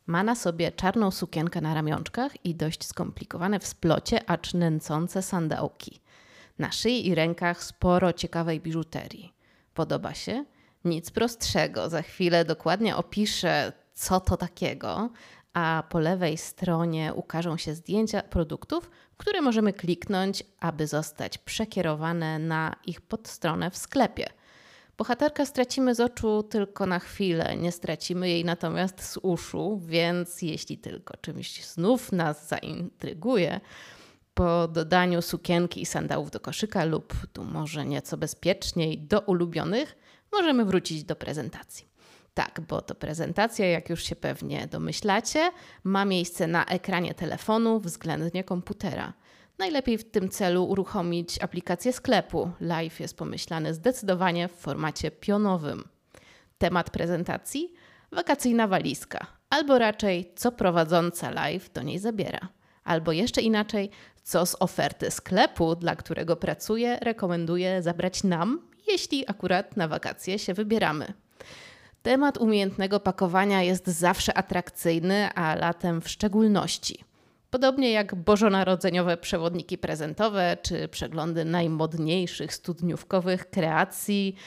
Ma na sobie czarną sukienkę na ramionczkach i dość skomplikowane w splocie, acz nęcące sandałki. Na szyi i rękach sporo ciekawej biżuterii. Podoba się? Nic prostszego. Za chwilę dokładnie opiszę, co to takiego, a po lewej stronie ukażą się zdjęcia produktów, które możemy kliknąć, aby zostać przekierowane na ich podstronę w sklepie. Bohaterkę stracimy z oczu tylko na chwilę, nie stracimy jej natomiast z uszu, więc jeśli tylko czymś znów nas zaintryguje, po dodaniu sukienki i sandałów do koszyka lub tu może nieco bezpieczniej do ulubionych, możemy wrócić do prezentacji. Tak, bo to prezentacja, jak już się pewnie domyślacie, ma miejsce na ekranie telefonu względnie komputera. Najlepiej w tym celu uruchomić aplikację sklepu. Live jest pomyślany zdecydowanie w formacie pionowym. Temat prezentacji? Wakacyjna walizka, albo raczej co prowadząca live do niej zabiera. Albo jeszcze inaczej, co z oferty sklepu, dla którego pracuję, rekomenduję zabrać nam, jeśli akurat na wakacje się wybieramy. Temat umiejętnego pakowania jest zawsze atrakcyjny, a latem w szczególności. Podobnie jak bożonarodzeniowe przewodniki prezentowe czy przeglądy najmodniejszych studniówkowych kreacji,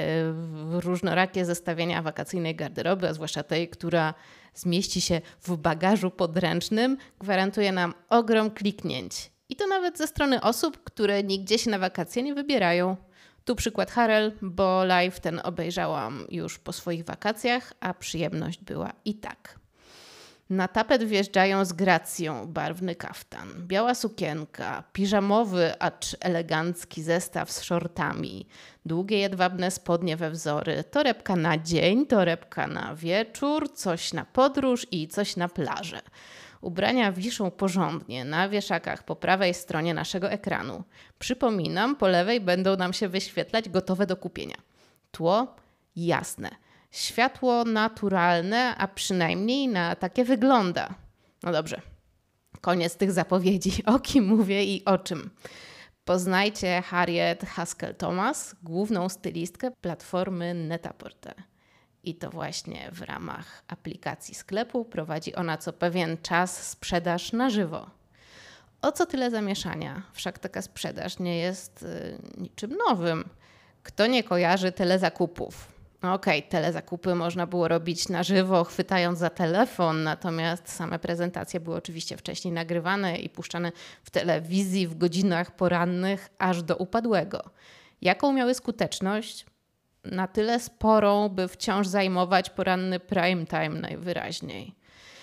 różnorakie zestawienia wakacyjnej garderoby, a zwłaszcza tej, która zmieści się w bagażu podręcznym, gwarantuje nam ogrom kliknięć. I to nawet ze strony osób, które nigdzie się na wakacje nie wybierają. Tu przykład Harel, bo live ten obejrzałam już po swoich wakacjach, a przyjemność była i tak. Na tapet wjeżdżają z gracją barwny kaftan, biała sukienka, piżamowy, acz elegancki zestaw z shortami, długie jedwabne spodnie we wzory, torebka na dzień, torebka na wieczór, coś na podróż i coś na plażę. Ubrania wiszą porządnie na wieszakach po prawej stronie naszego ekranu. Przypominam, po lewej będą nam się wyświetlać gotowe do kupienia. Tło jasne. Światło naturalne, a przynajmniej na takie wygląda. No dobrze, koniec tych zapowiedzi. O kim mówię i o czym. Poznajcie Harriet Haskell-Thomas, główną stylistkę platformy Net-a-Porter. I to właśnie w ramach aplikacji sklepu prowadzi ona co pewien czas sprzedaż na żywo. O co tyle zamieszania? Wszak taka sprzedaż nie jest niczym nowym. Kto nie kojarzy telezakupów? Okej, telezakupy można było robić na żywo, chwytając za telefon, natomiast same prezentacje były oczywiście wcześniej nagrywane i puszczane w telewizji w godzinach porannych aż do upadłego. Jaką miały skuteczność? Na tyle sporą, by wciąż zajmować poranny prime time najwyraźniej.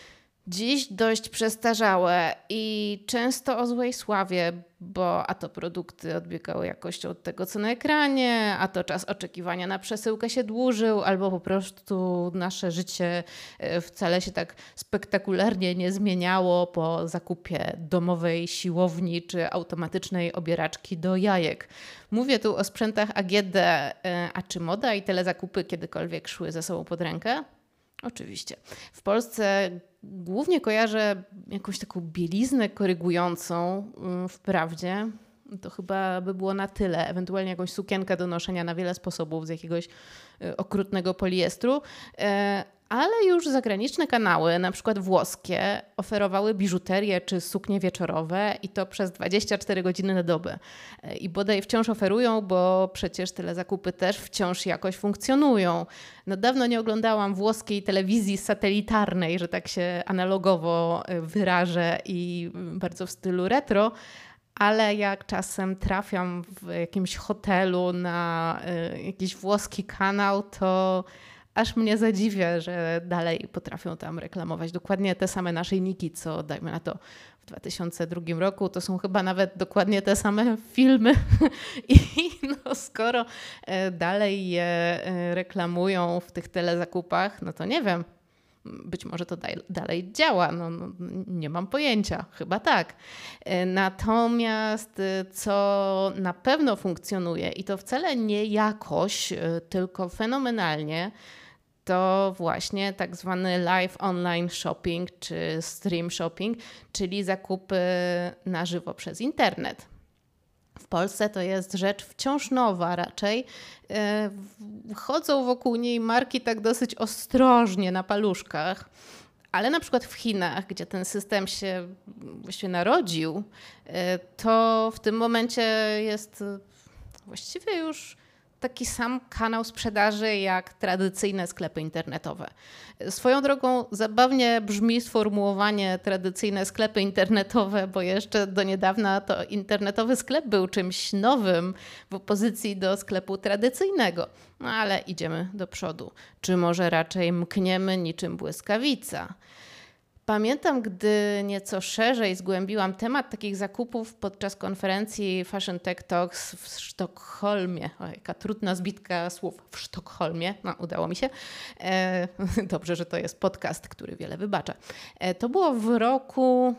Dziś dość przestarzałe i często o złej sławie, bo a to produkty odbiegały jakością od tego, co na ekranie, a to czas oczekiwania na przesyłkę się dłużył, albo po prostu nasze życie wcale się tak spektakularnie nie zmieniało po zakupie domowej siłowni czy automatycznej obieraczki do jajek. Mówię tu o sprzętach AGD, a czy moda i telezakupy kiedykolwiek szły ze sobą pod rękę? Oczywiście. W Polsce głównie kojarzę jakąś taką bieliznę korygującą wprawdzie. To chyba by było na tyle. Ewentualnie jakąś sukienkę do noszenia na wiele sposobów z jakiegoś okrutnego poliestru. Ale już zagraniczne kanały, na przykład włoskie, oferowały biżuterię czy suknie wieczorowe i to przez 24 godziny na dobę. I bodaj wciąż oferują, bo przecież telezakupy też wciąż jakoś funkcjonują. No dawno nie oglądałam włoskiej telewizji satelitarnej, że tak się analogowo wyrażę i bardzo w stylu retro, ale jak czasem trafiam w jakimś hotelu na jakiś włoski kanał, to aż mnie zadziwia, że dalej potrafią tam reklamować dokładnie te same naszyjniki, co dajmy na to w 2002 roku. To są chyba nawet dokładnie te same filmy i no, skoro dalej je reklamują w tych telezakupach, no to nie wiem. Być może to dalej działa, no, nie mam pojęcia, chyba tak. Natomiast co na pewno funkcjonuje i to wcale nie jakoś, tylko fenomenalnie, to właśnie tak zwany live online shopping czy stream shopping, czyli zakupy na żywo przez internet. W Polsce to jest rzecz wciąż nowa raczej. Chodzą wokół niej marki tak dosyć ostrożnie na paluszkach, Ale na przykład w Chinach, gdzie ten system się właściwie narodził, to w tym momencie jest właściwie już taki sam kanał sprzedaży jak tradycyjne sklepy internetowe. Swoją drogą zabawnie brzmi sformułowanie tradycyjne sklepy internetowe, bo jeszcze do niedawna to internetowy sklep był czymś nowym w opozycji do sklepu tradycyjnego. No ale idziemy do przodu. Czy może raczej mkniemy niczym błyskawica? Pamiętam, gdy nieco szerzej zgłębiłam temat takich zakupów podczas konferencji Fashion Tech Talks w Sztokholmie. O, jaka trudna zbitka słów. W Sztokholmie. No, udało mi się. Dobrze, że to jest podcast, który wiele wybacza. To było w roku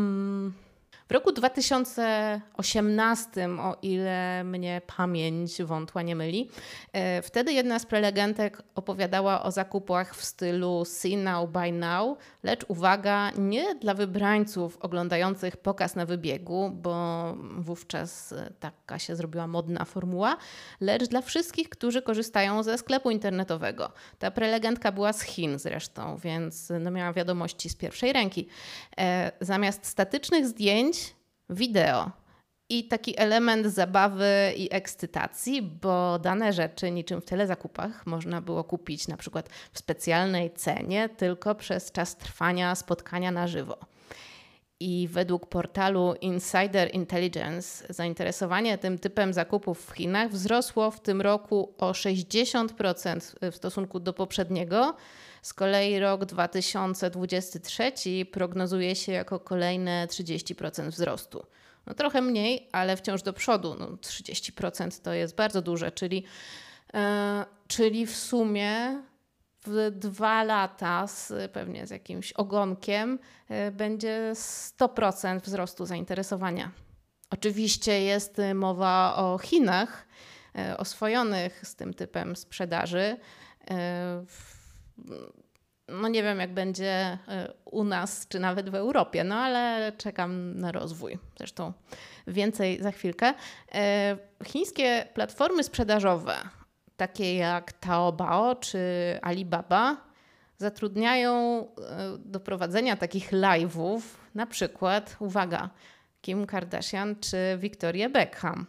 2018, o ile mnie pamięć wątła nie myli. Wtedy jedna z prelegentek opowiadała o zakupach w stylu see now, buy now, lecz uwaga, nie dla wybrańców oglądających pokaz na wybiegu, bo wówczas taka się zrobiła modna formuła, lecz dla wszystkich, którzy korzystają ze sklepu internetowego. Ta prelegentka była z Chin zresztą, więc miała wiadomości z pierwszej ręki. Zamiast statycznych zdjęć, wideo i taki element zabawy i ekscytacji, bo dane rzeczy niczym w telezakupach można było kupić na przykład w specjalnej cenie tylko przez czas trwania spotkania na żywo. I według portalu Insider Intelligence zainteresowanie tym typem zakupów w Chinach wzrosło w tym roku o 60% w stosunku do poprzedniego. Z kolei rok 2023 prognozuje się jako kolejne 30% wzrostu. No trochę mniej, ale wciąż do przodu. No 30% to jest bardzo duże, czyli w sumie w 2 lata pewnie z jakimś ogonkiem będzie 100% wzrostu zainteresowania. Oczywiście jest mowa o Chinach oswojonych z tym typem sprzedaży. No nie wiem, jak będzie u nas, czy nawet w Europie, no ale czekam na rozwój. Zresztą więcej za chwilkę. Chińskie platformy sprzedażowe, takie jak Taobao czy Alibaba, zatrudniają do prowadzenia takich live'ów na przykład, uwaga, Kim Kardashian czy Victoria Beckham.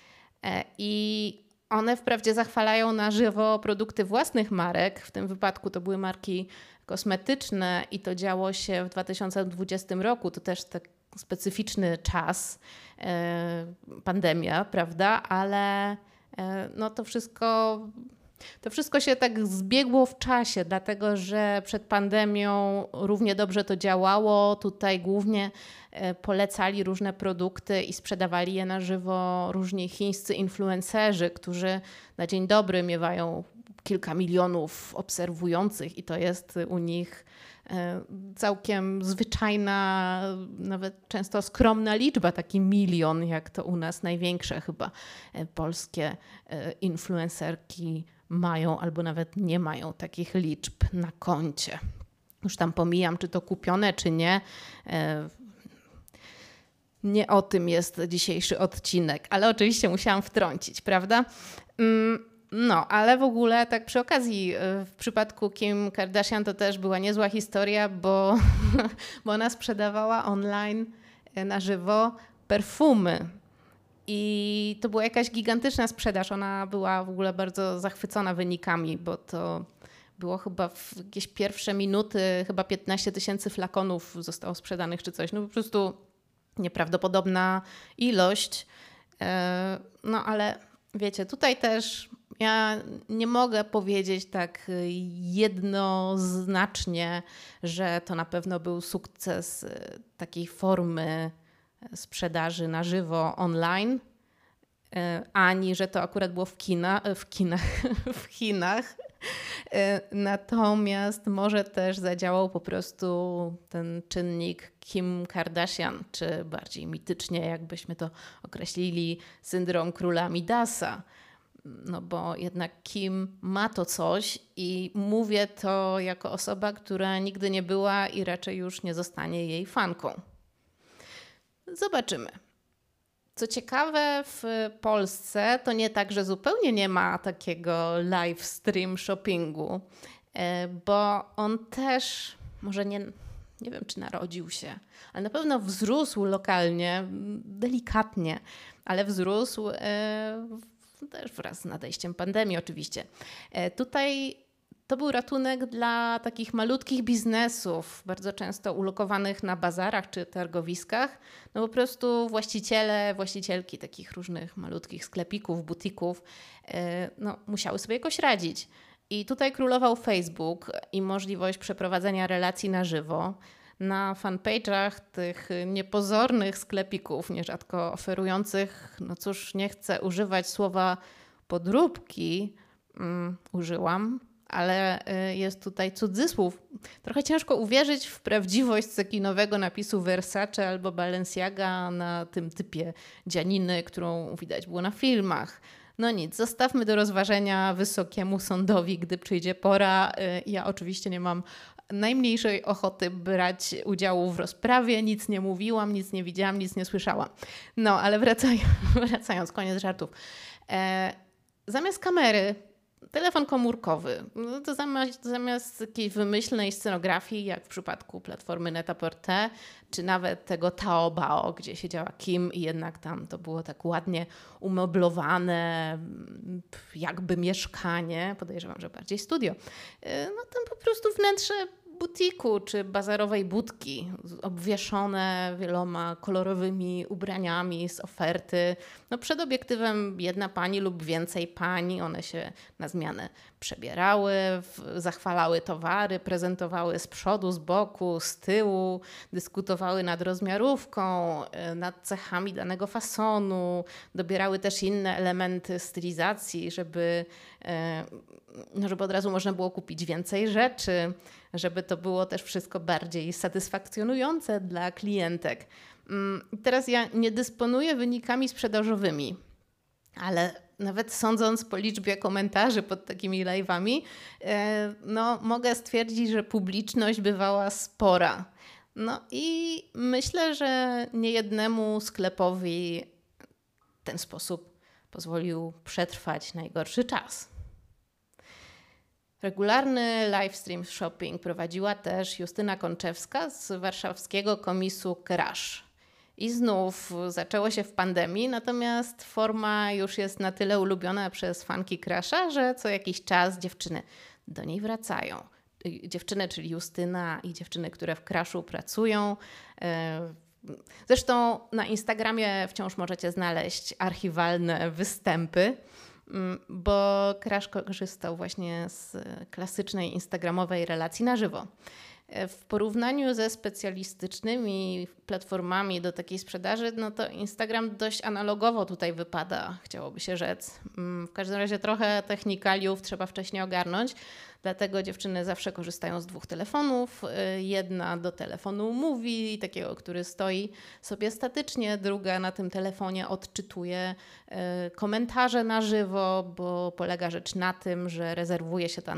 I one wprawdzie zachwalają na żywo produkty własnych marek, w tym wypadku to były marki kosmetyczne i to działo się w 2020 roku, to też tak specyficzny czas, pandemia, prawda, ale no to wszystko się tak zbiegło w czasie, dlatego że przed pandemią równie dobrze to działało. Tutaj głównie polecali różne produkty i sprzedawali je na żywo różni chińscy influencerzy, którzy na dzień dobry miewają kilka milionów obserwujących i to jest u nich całkiem zwyczajna, nawet często skromna liczba, taki 1 milion, jak to u nas największe chyba polskie influencerki mają albo nawet nie mają takich liczb na koncie. Już tam pomijam, czy to kupione, czy nie. Nie o tym jest dzisiejszy odcinek, ale oczywiście musiałam wtrącić, prawda? No, ale w ogóle tak przy okazji w przypadku Kim Kardashian to też była niezła historia, bo ona sprzedawała online na żywo perfumy. I to była jakaś gigantyczna sprzedaż. Ona była w ogóle bardzo zachwycona wynikami, bo to było chyba w jakieś pierwsze minuty, chyba 15 000 flakonów zostało sprzedanych czy coś. No po prostu nieprawdopodobna ilość. No ale wiecie, tutaj też ja nie mogę powiedzieć tak jednoznacznie, że to na pewno był sukces takiej formy sprzedaży na żywo online, ani że to akurat było w Chinach. Natomiast może też zadziałał po prostu ten czynnik Kim Kardashian, czy bardziej mitycznie, jakbyśmy to określili, syndrom króla Midasa. No bo jednak Kim ma to coś i mówię to jako osoba, która nigdy nie była i raczej już nie zostanie jej fanką. Zobaczymy. Co ciekawe, w Polsce to nie tak, że zupełnie nie ma takiego live stream shoppingu, bo on też może nie wiem, czy narodził się, ale na pewno wzrósł lokalnie, delikatnie, ale wzrósł też wraz z nadejściem pandemii oczywiście. Tutaj to był ratunek dla takich malutkich biznesów, bardzo często ulokowanych na bazarach czy targowiskach. No po prostu właścicielki takich różnych malutkich sklepików, butików, musiały sobie jakoś radzić. I tutaj królował Facebook i możliwość przeprowadzenia relacji na żywo. Na fanpage'ach tych niepozornych sklepików, nierzadko oferujących, no cóż, nie chcę używać słowa podróbki, użyłam, ale jest tutaj cudzysłów. Trochę ciężko uwierzyć w prawdziwość cekinowego napisu Versace albo Balenciaga na tym typie dzianiny, którą widać było na filmach. No nic, zostawmy do rozważenia wysokiemu sądowi, gdy przyjdzie pora. Ja oczywiście nie mam najmniejszej ochoty brać udziału w rozprawie, nic nie mówiłam, nic nie widziałam, nic nie słyszałam. No, ale wracając, koniec żartów. Zamiast kamery, telefon komórkowy. No to zamiast jakiejś wymyślnej scenografii, jak w przypadku platformy Net-a-Porter, czy nawet tego Taobao, gdzie siedziała Kim i jednak tam to było tak ładnie umeblowane, jakby mieszkanie, podejrzewam, że bardziej studio. No tam po prostu wnętrze butiku czy bazarowej budki, obwieszone wieloma kolorowymi ubraniami z oferty. No przed obiektywem jedna pani lub więcej pań, one się na zmianę przebierały, zachwalały towary, prezentowały z przodu, z boku, z tyłu, dyskutowały nad rozmiarówką, nad cechami danego fasonu, dobierały też inne elementy stylizacji, żeby od razu można było kupić więcej rzeczy, żeby to było też wszystko bardziej satysfakcjonujące dla klientek. Teraz ja nie dysponuję wynikami sprzedażowymi, ale nawet sądząc po liczbie komentarzy pod takimi live'ami, mogę stwierdzić, że publiczność bywała spora. No i myślę, że niejednemu sklepowi ten sposób pozwolił przetrwać najgorszy czas. Regularny livestream shopping prowadziła też Justyna Konczewska z warszawskiego komisu Crash. I znów zaczęło się w pandemii, natomiast forma już jest na tyle ulubiona przez fanki Crasha, że co jakiś czas dziewczyny do niej wracają. Dziewczyny, czyli Justyna i dziewczyny, które w Crashu pracują. Zresztą na Instagramie wciąż możecie znaleźć archiwalne występy, bo Crash korzystał właśnie z klasycznej instagramowej relacji na żywo. W porównaniu ze specjalistycznymi platformami do takiej sprzedaży, no to Instagram dość analogowo tutaj wypada, chciałoby się rzec. W każdym razie trochę technikaliów trzeba wcześniej ogarnąć, dlatego dziewczyny zawsze korzystają z 2 telefonów. Jedna do telefonu mówi, takiego, który stoi sobie statycznie, druga na tym telefonie odczytuje komentarze na żywo, bo polega rzecz na tym, że rezerwuje się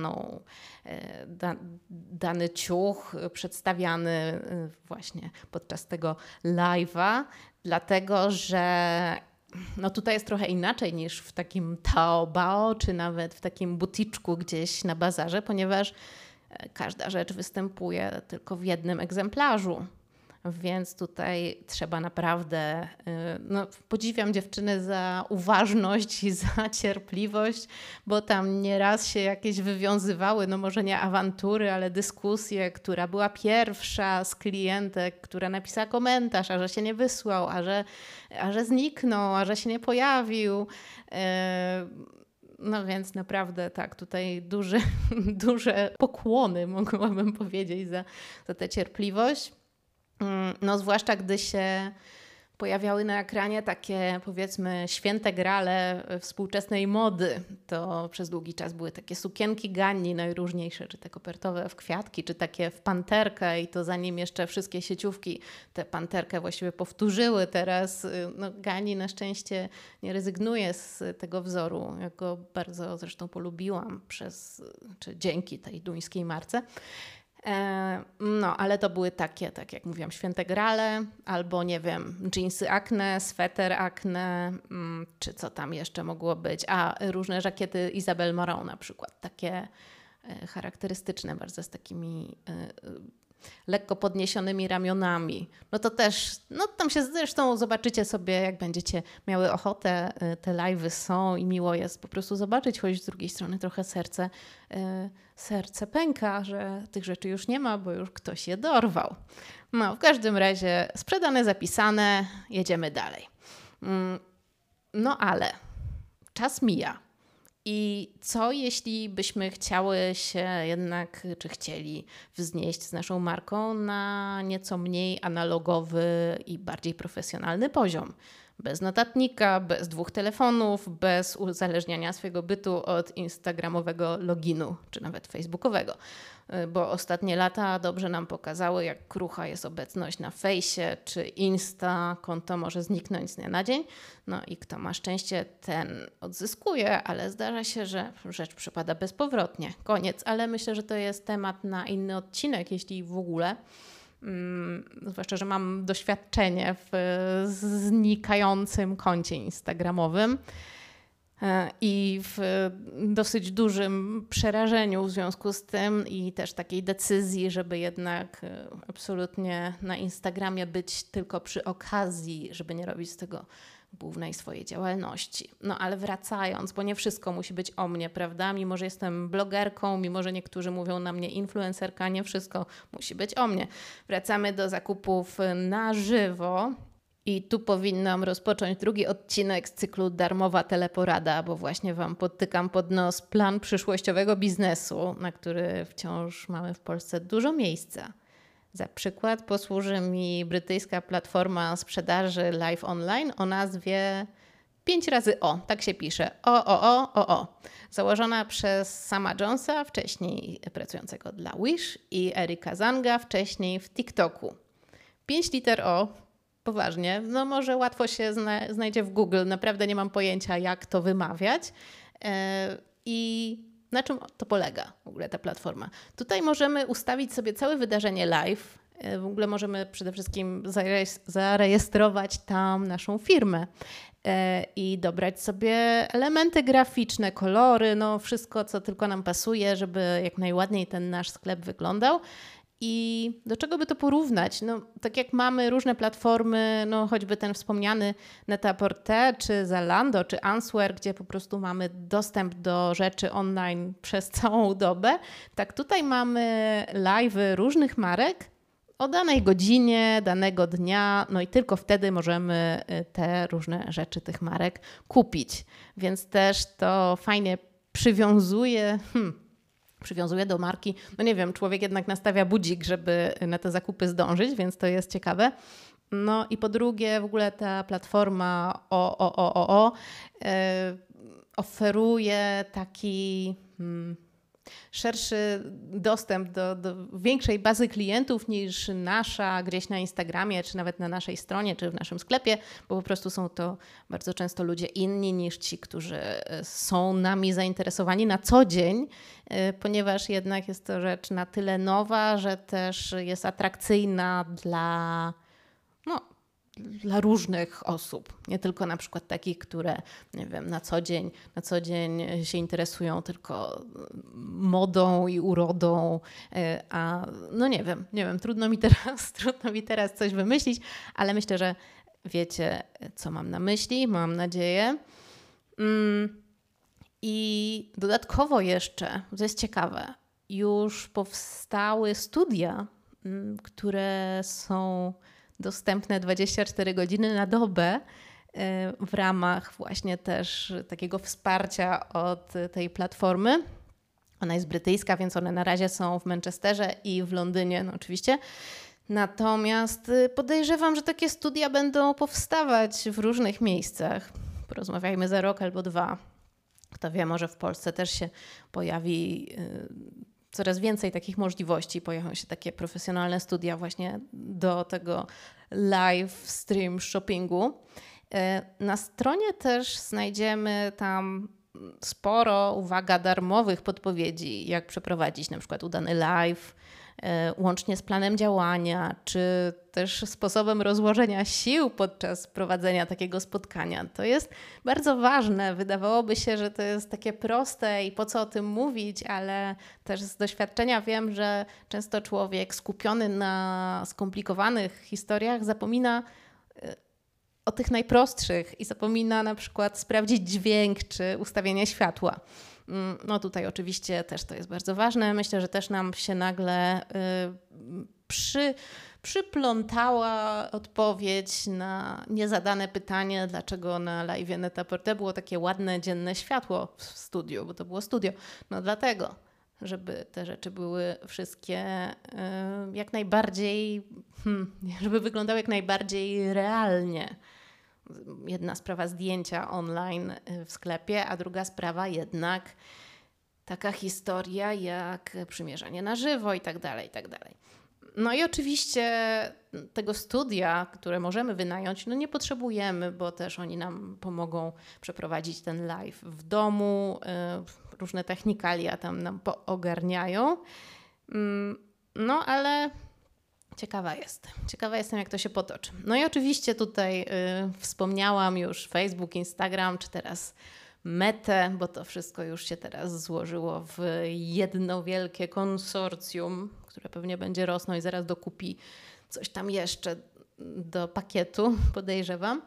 dany ciuch przedstawiany właśnie podczas tego live'a, dlatego że tutaj jest trochę inaczej niż w takim Taobao, czy nawet w takim buticzku gdzieś na bazarze, ponieważ każda rzecz występuje tylko w jednym egzemplarzu. Więc tutaj trzeba naprawdę, podziwiam dziewczyny za uważność i za cierpliwość, bo tam nieraz się jakieś wywiązywały, może nie awantury, ale dyskusje, która była pierwsza z klientek, która napisała komentarz, a że się nie wysłał, a że zniknął, a że się nie pojawił. No więc naprawdę tak, tutaj duże pokłony mogłabym powiedzieć za tę cierpliwość. Zwłaszcza gdy się pojawiały na ekranie takie, powiedzmy, święte grale współczesnej mody. To przez długi czas były takie sukienki Ganni najróżniejsze, czy te kopertowe w kwiatki, czy takie w panterkę i to zanim jeszcze wszystkie sieciówki tę panterkę właściwie powtórzyły. Teraz Ganni na szczęście nie rezygnuje z tego wzoru. Ja go bardzo zresztą polubiłam dzięki tej duńskiej marce. Ale to były takie, tak jak mówiłam, święte grale, albo nie wiem, dżinsy Acne, sweter Acne, czy co tam jeszcze mogło być. Różne żakiety Isabel Marant na przykład, takie charakterystyczne bardzo z takimi lekko podniesionymi ramionami. No to też, no tam się zresztą zobaczycie sobie, jak będziecie miały ochotę, te live'y są i miło jest po prostu zobaczyć, choć z drugiej strony trochę serce pęka, że tych rzeczy już nie ma, bo już ktoś je dorwał. No w każdym razie sprzedane, zapisane, jedziemy dalej. No ale czas mija. I co jeśli byśmy chciały się jednak, czy chcieli wznieść z naszą marką na nieco mniej analogowy i bardziej profesjonalny poziom? Bez notatnika, bez 2 telefonów, bez uzależniania swojego bytu od instagramowego loginu, czy nawet facebookowego. Bo ostatnie lata dobrze nam pokazały, jak krucha jest obecność na fejsie czy Insta, konto może zniknąć z dnia na dzień. No i kto ma szczęście, ten odzyskuje, ale zdarza się, że rzecz przypada bezpowrotnie. Koniec, ale myślę, że to jest temat na inny odcinek, jeśli w ogóle. Zwłaszcza, że mam doświadczenie w znikającym koncie instagramowym i w dosyć dużym przerażeniu w związku z tym i też takiej decyzji, żeby jednak absolutnie na Instagramie być tylko przy okazji, żeby nie robić z tego głównej swojej działalności. No ale wracając, bo nie wszystko musi być o mnie, prawda? Mimo że jestem blogerką, mimo że niektórzy mówią na mnie influencerka, nie wszystko musi być o mnie. Wracamy do zakupów na żywo. I tu powinnam rozpocząć drugi odcinek z cyklu Darmowa teleporada, bo właśnie Wam podtykam pod nos plan przyszłościowego biznesu, na który wciąż mamy w Polsce dużo miejsca. Za przykład posłuży mi brytyjska platforma sprzedaży live online o nazwie 5 razy O, tak się pisze. O. Założona przez Sama Jonesa, wcześniej pracującego dla Wish, i Erika Zanga, wcześniej w TikToku. 5 liter O. Poważnie, no może łatwo się znajdzie w Google, naprawdę nie mam pojęcia, jak to wymawiać i na czym to polega w ogóle ta platforma. Tutaj możemy ustawić sobie całe wydarzenie live, w ogóle możemy przede wszystkim zarejestrować tam naszą firmę i dobrać sobie elementy graficzne, kolory, no wszystko, co tylko nam pasuje, żeby jak najładniej ten nasz sklep wyglądał. I do czego by to porównać? No, tak jak mamy różne platformy, no choćby ten wspomniany Net-a-Porter, czy Zalando, czy Answer, gdzie po prostu mamy dostęp do rzeczy online przez całą dobę, tak tutaj mamy live'y różnych marek o danej godzinie, danego dnia, no i tylko wtedy możemy te różne rzeczy tych marek kupić. Więc też to fajnie przywiązuje do marki. No nie wiem, człowiek jednak nastawia budzik, żeby na te zakupy zdążyć, więc to jest ciekawe. No i po drugie w ogóle ta platforma oferuje taki szerszy dostęp do większej bazy klientów niż nasza gdzieś na Instagramie, czy nawet na naszej stronie, czy w naszym sklepie, bo po prostu są to bardzo często ludzie inni niż ci, którzy są nami zainteresowani na co dzień, ponieważ jednak jest to rzecz na tyle nowa, że też jest atrakcyjna dla różnych osób, nie tylko na przykład takich, które nie wiem, na co dzień się interesują tylko modą i urodą, a no nie wiem, trudno mi teraz coś wymyślić, ale myślę, że wiecie, co mam na myśli, mam nadzieję. I dodatkowo jeszcze, to jest ciekawe, już powstały studia, które są dostępne 24 godziny na dobę w ramach właśnie też takiego wsparcia od tej platformy. Ona jest brytyjska, więc one na razie są w Manchesterze i w Londynie, no oczywiście. Natomiast podejrzewam, że takie studia będą powstawać w różnych miejscach. Porozmawiajmy za rok albo 2. Kto wie, może w Polsce też się pojawi coraz więcej takich możliwości. Pojawią się takie profesjonalne studia właśnie do tego live stream shoppingu. Na stronie też znajdziemy tam sporo, uwaga, darmowych podpowiedzi, jak przeprowadzić na przykład udany live, łącznie z planem działania, czy też sposobem rozłożenia sił podczas prowadzenia takiego spotkania. To jest bardzo ważne. Wydawałoby się, że to jest takie proste i po co o tym mówić, ale też z doświadczenia wiem, że często człowiek skupiony na skomplikowanych historiach zapomina o tych najprostszych i zapomina na przykład sprawdzić dźwięk czy ustawienie światła. No tutaj oczywiście też to jest bardzo ważne. Myślę, że też nam się nagle przyplątała odpowiedź na niezadane pytanie, dlaczego na live Net-a-Porter było takie ładne, dzienne światło w studiu, bo to było studio. No dlatego, żeby te rzeczy były wszystkie jak najbardziej, żeby wyglądały jak najbardziej realnie. Jedna sprawa zdjęcia online w sklepie, a druga sprawa jednak taka historia jak przymierzanie na żywo i tak dalej, i tak dalej. No i oczywiście tego studia, które możemy wynająć, no nie potrzebujemy, bo też oni nam pomogą przeprowadzić ten live w domu, różne technikalia tam nam poogarniają. No ale ciekawa jestem, jak to się potoczy. No i oczywiście tutaj wspomniałam już Facebook, Instagram, czy teraz Metę, bo to wszystko już się teraz złożyło w jedno wielkie konsorcjum, które pewnie będzie rosnąć i zaraz dokupi coś tam jeszcze do pakietu, podejrzewam.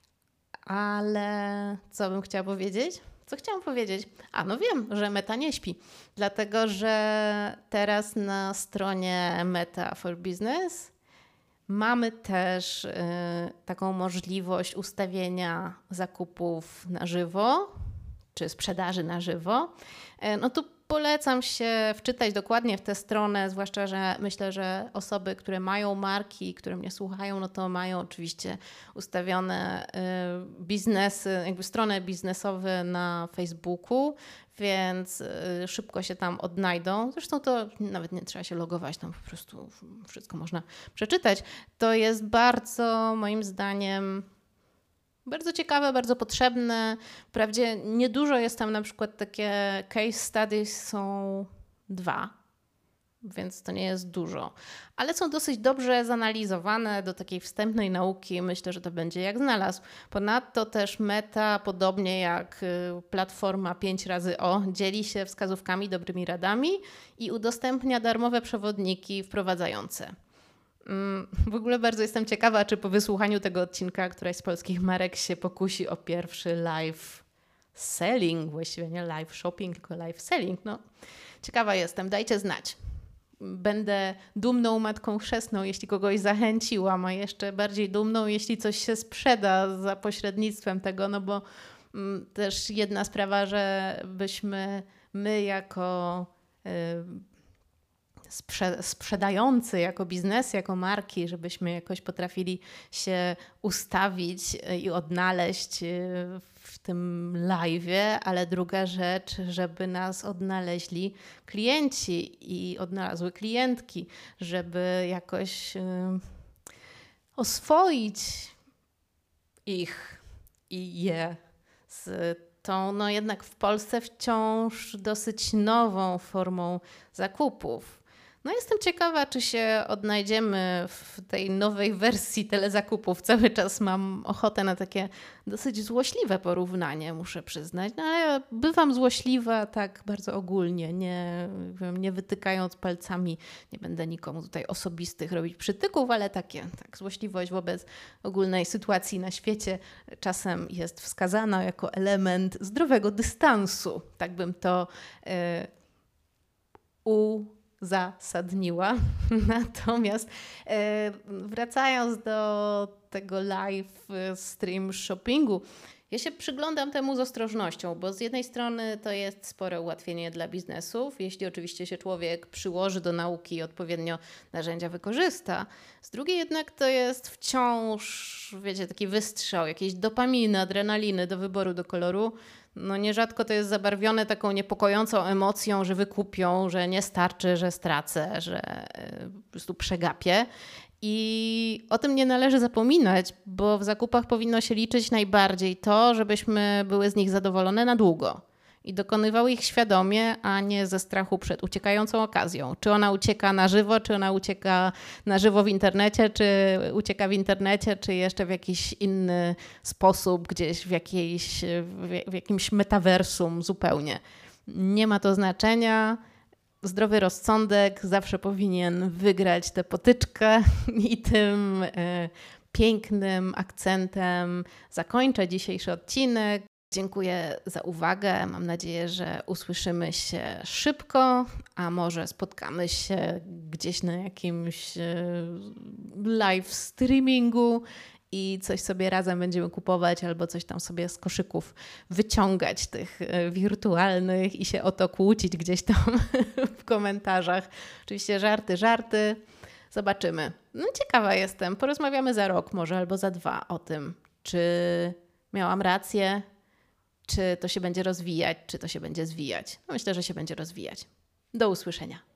Ale co bym chciała powiedzieć? Co chciałam powiedzieć? No wiem, że Meta nie śpi, dlatego że teraz na stronie Meta for Business mamy też taką możliwość ustawienia zakupów na żywo, czy sprzedaży na żywo. No tu polecam się wczytać dokładnie w tę stronę, zwłaszcza, że myślę, że osoby, które mają marki, które mnie słuchają, no to mają oczywiście ustawione biznesy, jakby strony biznesowe na Facebooku, więc szybko się tam odnajdą. Zresztą to nawet nie trzeba się logować, tam po prostu wszystko można przeczytać. To jest bardzo, moim zdaniem, bardzo ciekawe, bardzo potrzebne. Wprawdzie niedużo jest tam, na przykład takie case studies są 2, więc to nie jest dużo. Ale są dosyć dobrze zanalizowane do takiej wstępnej nauki. Myślę, że to będzie jak znalazł. Ponadto też Meta, podobnie jak platforma 5x dzieli się wskazówkami, dobrymi radami i udostępnia darmowe przewodniki wprowadzające. W ogóle bardzo jestem ciekawa, czy po wysłuchaniu tego odcinka któraś z polskich marek się pokusi o pierwszy live selling, właściwie nie live shopping, tylko live selling. No, ciekawa jestem, dajcie znać. Będę dumną matką chrzestną, jeśli kogoś zachęciłam, a jeszcze bardziej dumną, jeśli coś się sprzeda za pośrednictwem tego, no bo też jedna sprawa, żebyśmy my jako sprzedający, jako biznes, jako marki, żebyśmy jakoś potrafili się ustawić i odnaleźć w tym live'ie, ale druga rzecz, żeby nas odnaleźli klienci i odnalazły klientki, żeby jakoś oswoić ich i je z tą, no jednak w Polsce wciąż dosyć nową formą zakupów. No jestem ciekawa, czy się odnajdziemy w tej nowej wersji telezakupów. Cały czas mam ochotę na takie dosyć złośliwe porównanie, muszę przyznać. No ale ja bywam złośliwa tak bardzo ogólnie, nie wytykając palcami. Nie będę nikomu tutaj osobistych robić przytyków, ale tak, złośliwość wobec ogólnej sytuacji na świecie czasem jest wskazana jako element zdrowego dystansu. Tak bym to uzasadniła. Natomiast wracając do tego live stream shoppingu, ja się przyglądam temu z ostrożnością, bo z jednej strony to jest spore ułatwienie dla biznesów, jeśli oczywiście się człowiek przyłoży do nauki i odpowiednio narzędzia wykorzysta. Z drugiej jednak to jest wciąż, wiecie, taki wystrzał, jakiejś dopaminy, adrenaliny do wyboru, do koloru. No nierzadko to jest zabarwione taką niepokojącą emocją, że wykupią, że nie starczy, że stracę, że po prostu przegapię. I o tym nie należy zapominać, bo w zakupach powinno się liczyć najbardziej to, żebyśmy były z nich zadowolone na długo. i dokonywał ich świadomie, a nie ze strachu przed uciekającą okazją. Czy ona ucieka na żywo, czy ona ucieka na żywo w internecie, czy ucieka w internecie, czy jeszcze w jakiś inny sposób, gdzieś w jakimś metaversum zupełnie. Nie ma to znaczenia. Zdrowy rozsądek zawsze powinien wygrać tę potyczkę i tym pięknym akcentem zakończę dzisiejszy odcinek. Dziękuję za uwagę. Mam nadzieję, że usłyszymy się szybko, a może spotkamy się gdzieś na jakimś live streamingu i coś sobie razem będziemy kupować albo coś tam sobie z koszyków wyciągać tych wirtualnych i się o to kłócić gdzieś tam w komentarzach. Oczywiście żarty. Zobaczymy. No, ciekawa jestem. Porozmawiamy za rok może albo za 2 o tym, czy miałam rację, czy to się będzie rozwijać, czy to się będzie zwijać. No, myślę, że się będzie rozwijać. Do usłyszenia.